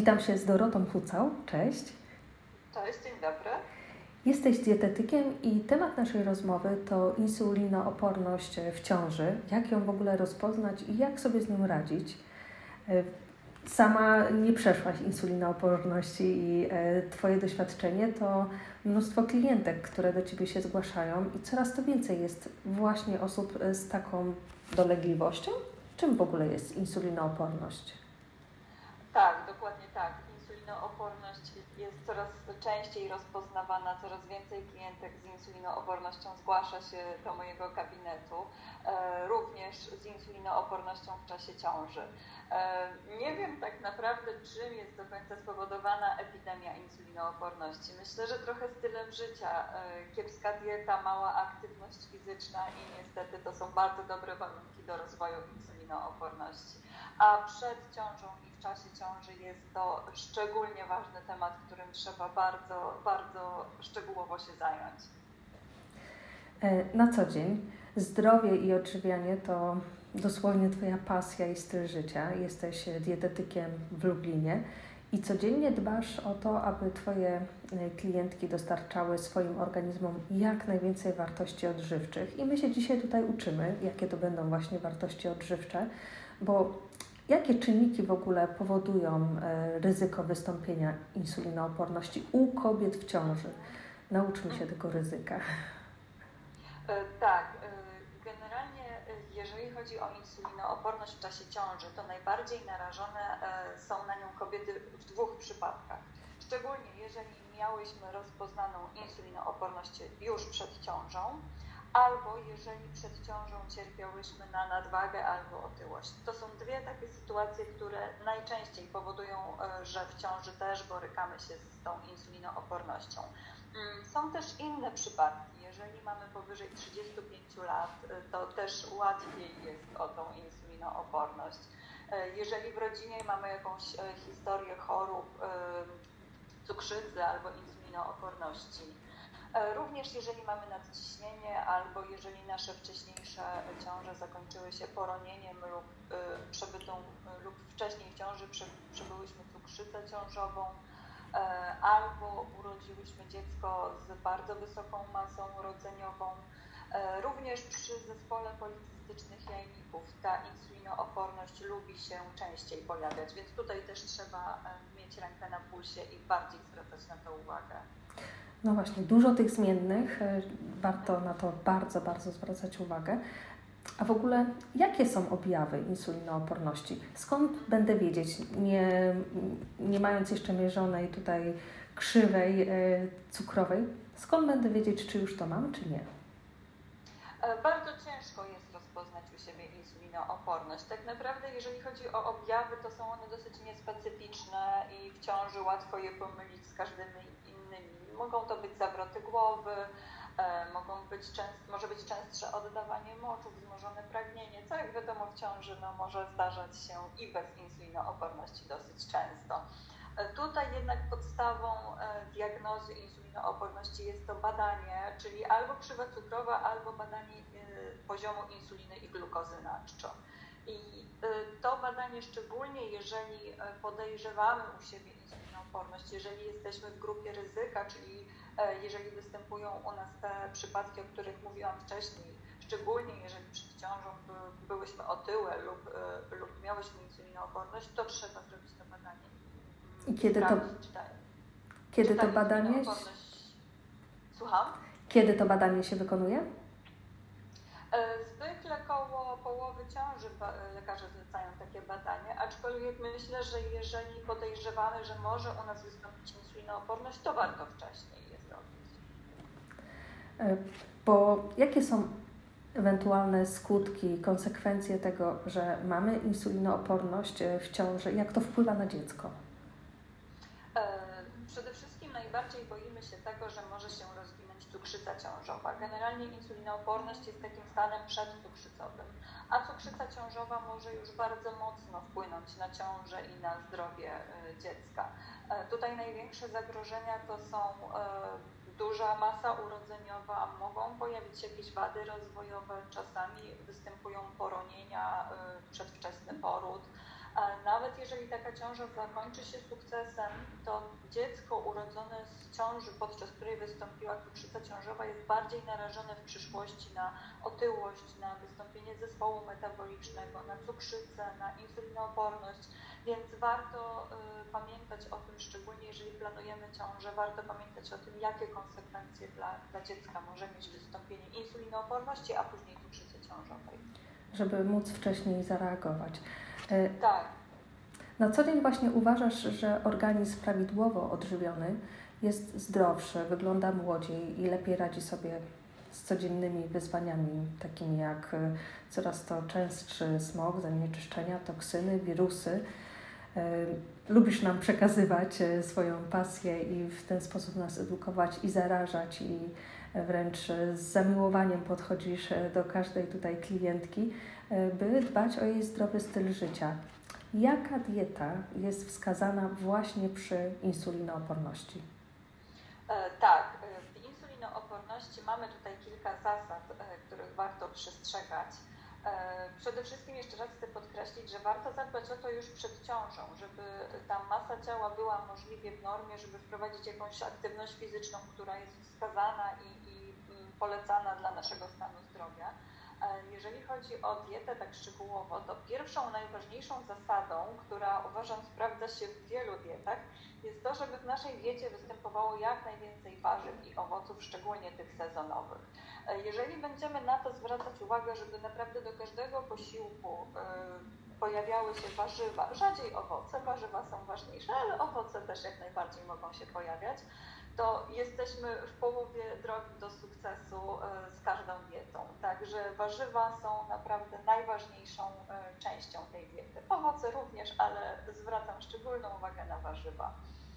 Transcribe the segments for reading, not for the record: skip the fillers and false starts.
Witam się z Dorotą Hucał. Cześć. Cześć, dzień dobry. Jesteś dietetykiem i temat naszej rozmowy to insulinooporność w ciąży. Jak ją w ogóle rozpoznać i jak sobie z nią radzić? Sama nie przeszłaś insulinooporności i Twoje doświadczenie to mnóstwo klientek, które do Ciebie się zgłaszają i coraz to więcej jest właśnie osób z taką dolegliwością. Czym w ogóle jest insulinooporność? Tak, dokładnie tak. Insulinooporność jest coraz częściej rozpoznawana, coraz więcej klientek z insulinoopornością zgłasza się do mojego gabinetu, również z insulinoopornością w czasie ciąży. Nie wiem tak naprawdę, czym jest do końca spowodowana epidemia insulinooporności. Myślę, że trochę stylem życia, kiepska dieta, mała aktywność fizyczna i niestety to są bardzo dobre warunki do rozwoju insulinooporności. A przed ciążą i w czasie ciąży jest to szczególnie ważny temat, którym trzeba bardzo, bardzo szczegółowo się zająć. Na co dzień zdrowie i odżywianie to dosłownie Twoja pasja i styl życia. Jesteś dietetykiem w Lublinie i codziennie dbasz o to, aby Twoje klientki dostarczały swoim organizmom jak najwięcej wartości odżywczych. I my się dzisiaj tutaj uczymy, jakie to będą właśnie wartości odżywcze, bo jakie czynniki w ogóle powodują ryzyko wystąpienia insulinooporności u kobiet w ciąży? Nauczmy się tego ryzyka. Tak, generalnie jeżeli chodzi o insulinooporność w czasie ciąży, to najbardziej narażone są na nią kobiety w dwóch przypadkach. Szczególnie jeżeli miałyśmy rozpoznaną insulinooporność już przed ciążą, albo jeżeli przed ciążą cierpiałyśmy na nadwagę albo otyłość. To są dwie takie sytuacje, które najczęściej powodują, że w ciąży też borykamy się z tą insulinoopornością. Są też inne przypadki. Jeżeli mamy powyżej 35 lat, to też łatwiej jest o tą insulinooporność. Jeżeli w rodzinie mamy jakąś historię chorób, cukrzycy albo insulinooporności, również jeżeli mamy nadciśnienie albo jeżeli nasze wcześniejsze ciąże zakończyły się poronieniem lub wcześniej w ciąży przebyłyśmy cukrzycę ciążową, albo urodziłyśmy dziecko z bardzo wysoką masą rodzeniową. Również przy zespole policystycznych jajników ta insulinooporność lubi się częściej pojawiać, więc tutaj też trzeba mieć rękę na pulsie i bardziej zwracać na to uwagę. No właśnie, dużo tych zmiennych, warto na to bardzo, bardzo zwracać uwagę. A w ogóle, jakie są objawy insulinooporności? Skąd będę wiedzieć, nie mając jeszcze mierzonej tutaj krzywej cukrowej, skąd będę wiedzieć, czy już to mam, czy nie? Bardzo ciężko jest rozpoznać u siebie insulinooporność. Tak naprawdę, jeżeli chodzi o objawy, to są one dosyć niespecyficzne i w ciąży łatwo je pomylić z każdymi innymi. Mogą to być zawroty głowy, może być częstsze oddawanie moczu, wzmożone pragnienie, co jak wiadomo w ciąży może zdarzać się i bez insulinooporności dosyć często. Tutaj jednak podstawą diagnozy insulinooporności jest to badanie, czyli albo krzywa cukrowa, albo badanie poziomu insuliny i glukozy na czczo. I to badanie szczególnie, jeżeli podejrzewamy u siebie insulinooporność, jeżeli jesteśmy w grupie ryzyka, czyli jeżeli występują u nas te przypadki, o których mówiłam wcześniej, szczególnie jeżeli przed ciążą byłyśmy otyłe lub miałyśmy insulinooporność, to trzeba zrobić to badanie. I kiedy to badanie? Słucham? Kiedy to badanie się wykonuje? Zwykle koło połowy ciąży lekarze zlecają takie badanie, aczkolwiek myślę, że jeżeli podejrzewamy, że może u nas wystąpić insulinooporność, to warto wcześniej je zrobić. Bo jakie są ewentualne skutki, konsekwencje tego, że mamy insulinooporność w ciąży? Jak to wpływa na dziecko? Przede wszystkim najbardziej boimy się tego, że może się rozwinąć cukrzyca ciążowa. Generalnie insulinooporność jest takim stanem przedcukrzycowym, a cukrzyca ciążowa może już bardzo mocno wpłynąć na ciążę i na zdrowie dziecka. Tutaj największe zagrożenia to są duża masa urodzeniowa, mogą pojawić się jakieś wady rozwojowe, czasami występują poronienia, przedwczesny poród. Nawet jeżeli taka ciąża zakończy się sukcesem, to dziecko urodzone z ciąży, podczas której wystąpiła cukrzyca ciążowa, jest bardziej narażone w przyszłości na otyłość, na wystąpienie zespołu metabolicznego, na cukrzycę, na insulinooporność, więc warto pamiętać o tym, szczególnie jeżeli planujemy ciążę, warto pamiętać o tym, jakie konsekwencje dla dziecka może mieć wystąpienie insulinooporności, a później cukrzycy ciążowej. Żeby móc wcześniej zareagować. Tak. Na co dzień właśnie uważasz, że organizm prawidłowo odżywiony jest zdrowszy, wygląda młodziej i lepiej radzi sobie z codziennymi wyzwaniami, takimi jak coraz to częstszy smog, zanieczyszczenia, toksyny, wirusy. Lubisz nam przekazywać swoją pasję i w ten sposób nas edukować i zarażać i wręcz z zamiłowaniem podchodzisz do każdej tutaj klientki, by dbać o jej zdrowy styl życia. Jaka dieta jest wskazana właśnie przy insulinooporności? Tak, w insulinooporności mamy tutaj kilka zasad, których warto przestrzegać. Przede wszystkim jeszcze raz chcę podkreślić, że warto zadbać o to już przed ciążą, żeby ta masa ciała była możliwie w normie, żeby wprowadzić jakąś aktywność fizyczną, która jest wskazana i polecana dla naszego stanu zdrowia. Jeżeli chodzi o dietę tak szczegółowo, to pierwszą, najważniejszą zasadą, która uważam sprawdza się w wielu dietach, jest to, żeby w naszej diecie występowało jak najwięcej warzyw i owoców, szczególnie tych sezonowych. Jeżeli będziemy na to zwracać uwagę, żeby naprawdę do każdego posiłku pojawiały się warzywa, rzadziej owoce, warzywa są ważniejsze, ale owoce też jak najbardziej mogą się pojawiać, to jesteśmy w połowie drogi do sukcesu z każdą dietą. Także warzywa są naprawdę najważniejszą częścią tej diety. Owoce również, ale zwracam szczególną uwagę na warzywa.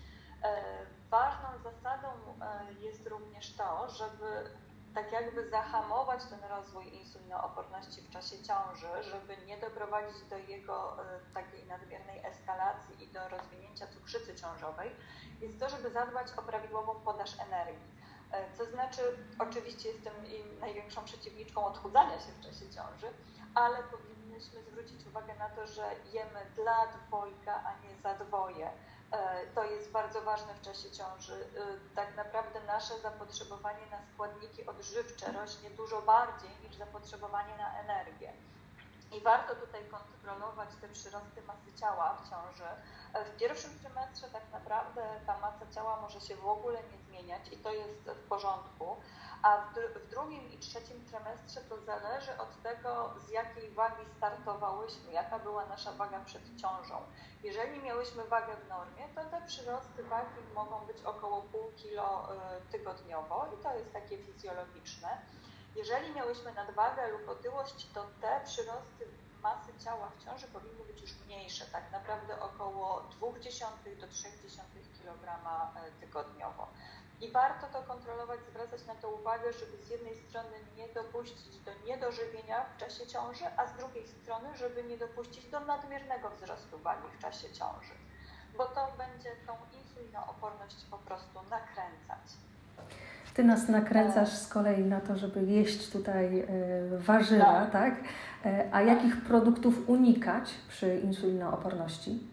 Ważną zasadą jest również to, żeby tak jakby zahamować ten rozwój insulinooporności w czasie ciąży, żeby nie doprowadzić do jego takiej nadmiernej eskalacji i do rozwinięcia cukrzycy ciążowej, jest to, żeby zadbać o prawidłową podaż energii. To znaczy, oczywiście jestem największą przeciwniczką odchudzania się w czasie ciąży, ale powinnyśmy zwrócić uwagę na to, że jemy dla dwojga, a nie za dwoje. To jest bardzo ważne w czasie ciąży. Tak naprawdę nasze zapotrzebowanie na składniki odżywcze rośnie dużo bardziej niż zapotrzebowanie na energię. I warto tutaj kontrolować te przyrosty masy ciała w ciąży. W pierwszym trymestrze tak naprawdę ta masa ciała może się w ogóle nie zmieniać i to jest w porządku, a w drugim i trzecim trymestrze to zależy od tego, z jakiej wagi startowałyśmy, jaka była nasza waga przed ciążą. Jeżeli miałyśmy wagę w normie, to te przyrosty wagi mogą być około pół kilo tygodniowo i to jest takie fizjologiczne. Jeżeli miałyśmy nadwagę lub otyłość, to te przyrosty masy ciała w ciąży powinny być już mniejsze, tak naprawdę około 0,2 do 0,3 kg tygodniowo. I warto to kontrolować, zwracać na to uwagę, żeby z jednej strony nie dopuścić do niedożywienia w czasie ciąży, a z drugiej strony, żeby nie dopuścić do nadmiernego wzrostu wagi w czasie ciąży, bo to będzie tą insulinooporność po prostu nakręcać. Ty nas nakręcasz z kolei na to, żeby jeść tutaj warzywa, tak? A jakich produktów unikać przy insulinooporności?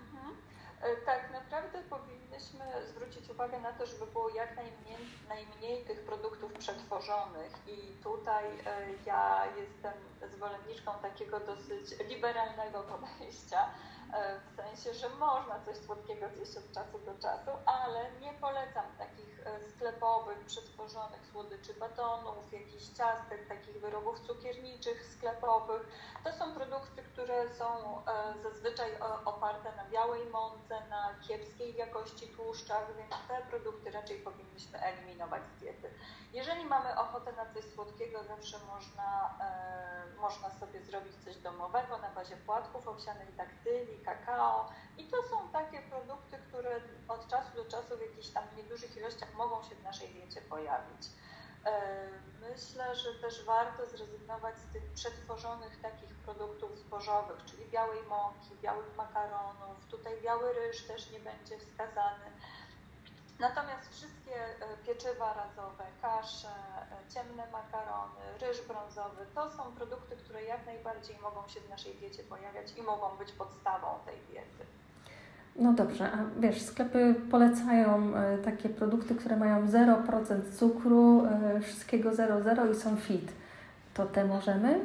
Tak naprawdę powinnyśmy zwrócić uwagę na to, żeby było jak najmniej tych produktów przetworzonych i tutaj ja jestem zwolenniczką takiego dosyć liberalnego podejścia, w sensie, że można coś słodkiego zjeść od czasu do czasu, ale nie polecam takich sklepowych, przetworzonych słodyczy, batonów, jakichś ciastek, takich wyrobów cukierniczych sklepowych. To są produkty, które są zazwyczaj oparte na białej mące, na kiepskiej jakości tłuszczach, więc te produkty raczej powinniśmy eliminować z diety. Jeżeli mamy ochotę na coś słodkiego, zawsze można sobie zrobić coś domowego na bazie płatków owsianych, daktyli, kakao i to są takie produkty, które od czasu do czasu w jakichś tam niedużych ilościach mogą się w naszej diecie pojawić. Myślę, że też warto zrezygnować z tych przetworzonych takich produktów zbożowych, czyli białej mąki, białych makaronów, tutaj biały ryż też nie będzie wskazany. Natomiast wszystkie pieczywa razowe, kasze, ciemne makarony, ryż brązowy to są produkty, które jak najbardziej mogą się w naszej diecie pojawiać i mogą być podstawą tej diety. No dobrze, a wiesz, sklepy polecają takie produkty, które mają 0% cukru, wszystkiego 0,0 i są fit. To te możemy?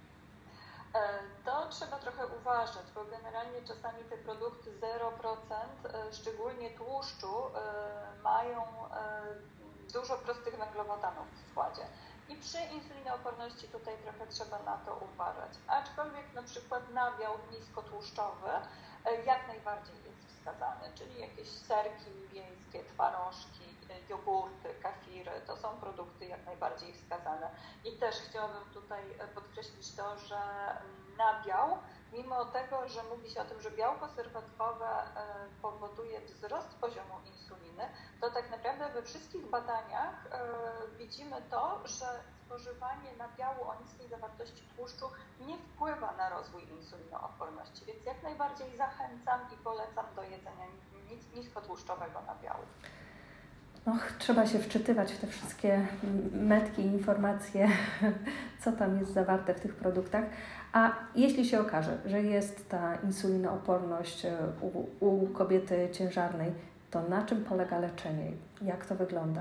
To trzeba trochę uważać, bo generalnie czasami te produkty 0%, szczególnie tłuszczu, mają dużo prostych węglowodanów w składzie. I przy insulinooporności tutaj trochę trzeba na to uważać. Aczkolwiek na przykład nabiał niskotłuszczowy jak najbardziej jest wskazany, czyli jakieś serki wiejskie, twarożki, jogurty, kafiry, to są produkty jak najbardziej wskazane. I też chciałabym tutaj podkreślić to, że nabiał, mimo tego, że mówi się o tym, że białko serwatkowe powoduje wzrost poziomu insuliny, to tak naprawdę we wszystkich badaniach widzimy to, że spożywanie nabiału o niskiej zawartości tłuszczu nie wpływa na rozwój insulinooporności, więc jak najbardziej zachęcam i polecam do jedzenia niskotłuszczowego nabiału. Trzeba się wczytywać w te wszystkie metki, informacje, co tam jest zawarte w tych produktach. A jeśli się okaże, że jest ta insulinooporność u kobiety ciężarnej, to na czym polega leczenie? Jak to wygląda?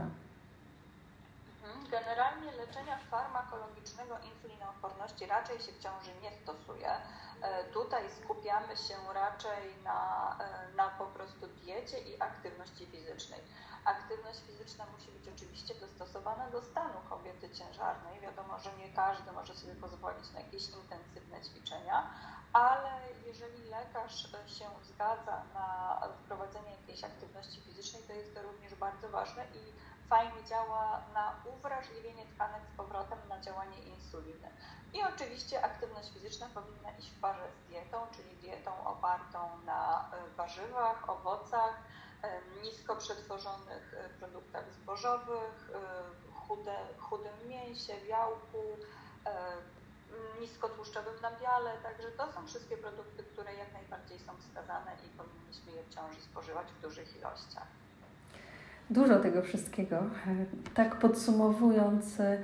Generalnie leczenia farmakologicznego insulinooporności raczej się w ciąży nie stosuje. Tutaj skupiamy się raczej na po prostu diecie i aktywności fizycznej. Aktywność fizyczna musi być oczywiście dostosowana do stanu kobiety ciężarnej. Wiadomo, że nie każdy może sobie pozwolić na jakieś intensywne ćwiczenia, ale jeżeli lekarz się zgadza na wprowadzenie jakiejś aktywności fizycznej, to jest to również bardzo ważne i fajnie działa na uwrażliwienie tkanek z powrotem na działanie insuliny. I oczywiście aktywność fizyczna powinna iść w parze z dietą, czyli dietą opartą na warzywach, owocach, nisko przetworzonych produktach zbożowych, chudym mięsie, białku, niskotłuszczowym nabiale. Także to są wszystkie produkty, które jak najbardziej są wskazane i powinniśmy je w ciąży spożywać w dużych ilościach. Dużo tego wszystkiego. Tak podsumowując,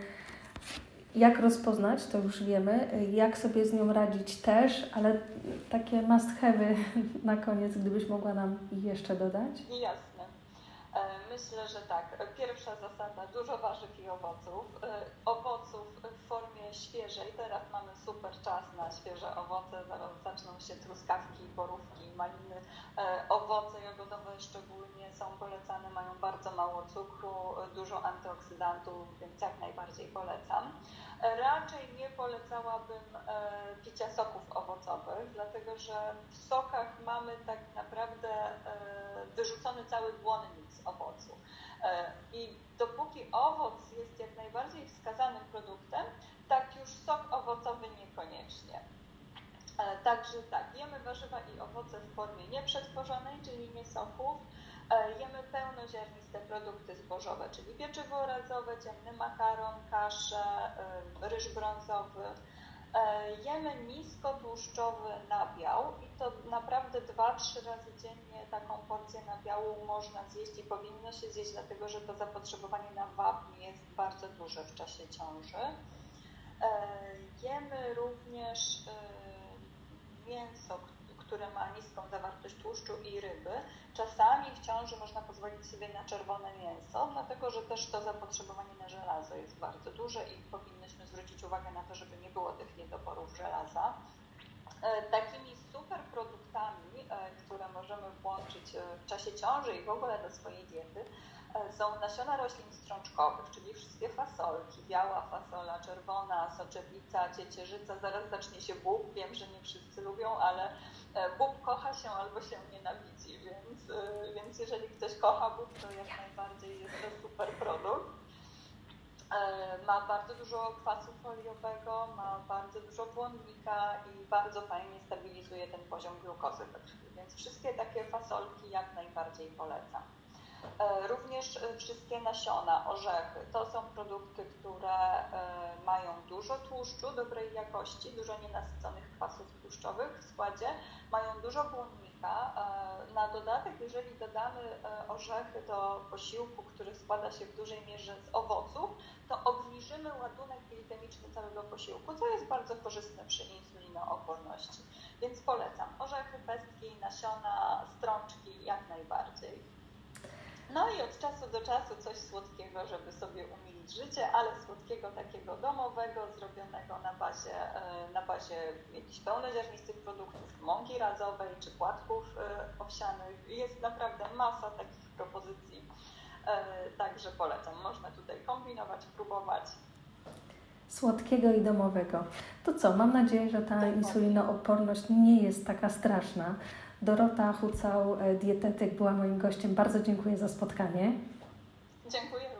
jak rozpoznać, to już wiemy, jak sobie z nią radzić też, ale takie must have'y na koniec, gdybyś mogła nam jeszcze dodać? Jasne. Myślę, że tak. Pierwsza zasada, dużo warzyw i owoców. Owoców w formie świeżej. Teraz mamy super czas na świeże owoce. Zaraz zaczną się truskawki, borówki, maliny. Owoce jagodowe szczególnie są polecane, mają bardzo mało cukru, dużo antyoksydantów, więc jak najbardziej polecam. Raczej nie polecałabym picia soków owocowych, dlatego że w sokach mamy tak naprawdę wyrzucony cały błonnik z owocu. I dopóki owoc jest jak najbardziej wskazanym produktem, tak już sok owocowy niekoniecznie. Także tak, jemy warzywa i owoce w formie nieprzetworzonej, czyli nie soków. Jemy pełnoziarniste produkty zbożowe, czyli pieczywo razowe, ciemny makaron, kaszę, ryż brązowy. Jemy niskotłuszczowy nabiał i to naprawdę 2-3 razy dziennie taką porcję nabiału można zjeść i powinno się zjeść, dlatego że to zapotrzebowanie na wapń jest bardzo duże w czasie ciąży. Jemy również mięso, które ma niską zawartość tłuszczu i ryby. Czasami w ciąży można pozwolić sobie na czerwone mięso, dlatego że też to zapotrzebowanie na żelazo jest bardzo duże i powinnyśmy zwrócić uwagę na to, żeby nie było tych niedoborów żelaza. Takimi super produktami, które możemy włączyć w czasie ciąży i w ogóle do swojej diety, są nasiona roślin strączkowych, czyli wszystkie fasolki, biała fasola, czerwona, soczewica, ciecierzyca, zaraz zacznie się bób, wiem, że nie wszyscy lubią, ale bób kocha się albo się nienawidzi, więc jeżeli ktoś kocha bób, to jak najbardziej jest to super produkt. Ma bardzo dużo kwasu foliowego, ma bardzo dużo błonnika i bardzo fajnie stabilizuje ten poziom glukozy we krwi, więc wszystkie takie fasolki jak najbardziej polecam. Również wszystkie nasiona, orzechy, to są produkty, które mają dużo tłuszczu dobrej jakości, dużo nienasyconych kwasów tłuszczowych w składzie, mają dużo błonnika środka. Na dodatek, jeżeli dodamy orzechy do posiłku, który składa się w dużej mierze z owoców, to obniżymy ładunek glikemiczny całego posiłku, co jest bardzo korzystne przy insulinooporności. Więc polecam orzechy, pestki, nasiona, strączki jak najbardziej. No i od czasu do czasu coś słodkiego, żeby sobie umilić życie, ale słodkiego takiego domowego, zrobionego na bazie jakichś pełnoziarnistych produktów, mąki razowej czy płatków owsianych. Jest naprawdę masa takich propozycji, także polecam. Można tutaj kombinować, próbować. Słodkiego i domowego. To co, mam nadzieję, że ta insulinooporność nie jest taka straszna. Dorota Hucał, dietetyk, była moim gościem. Bardzo dziękuję za spotkanie. Dziękuję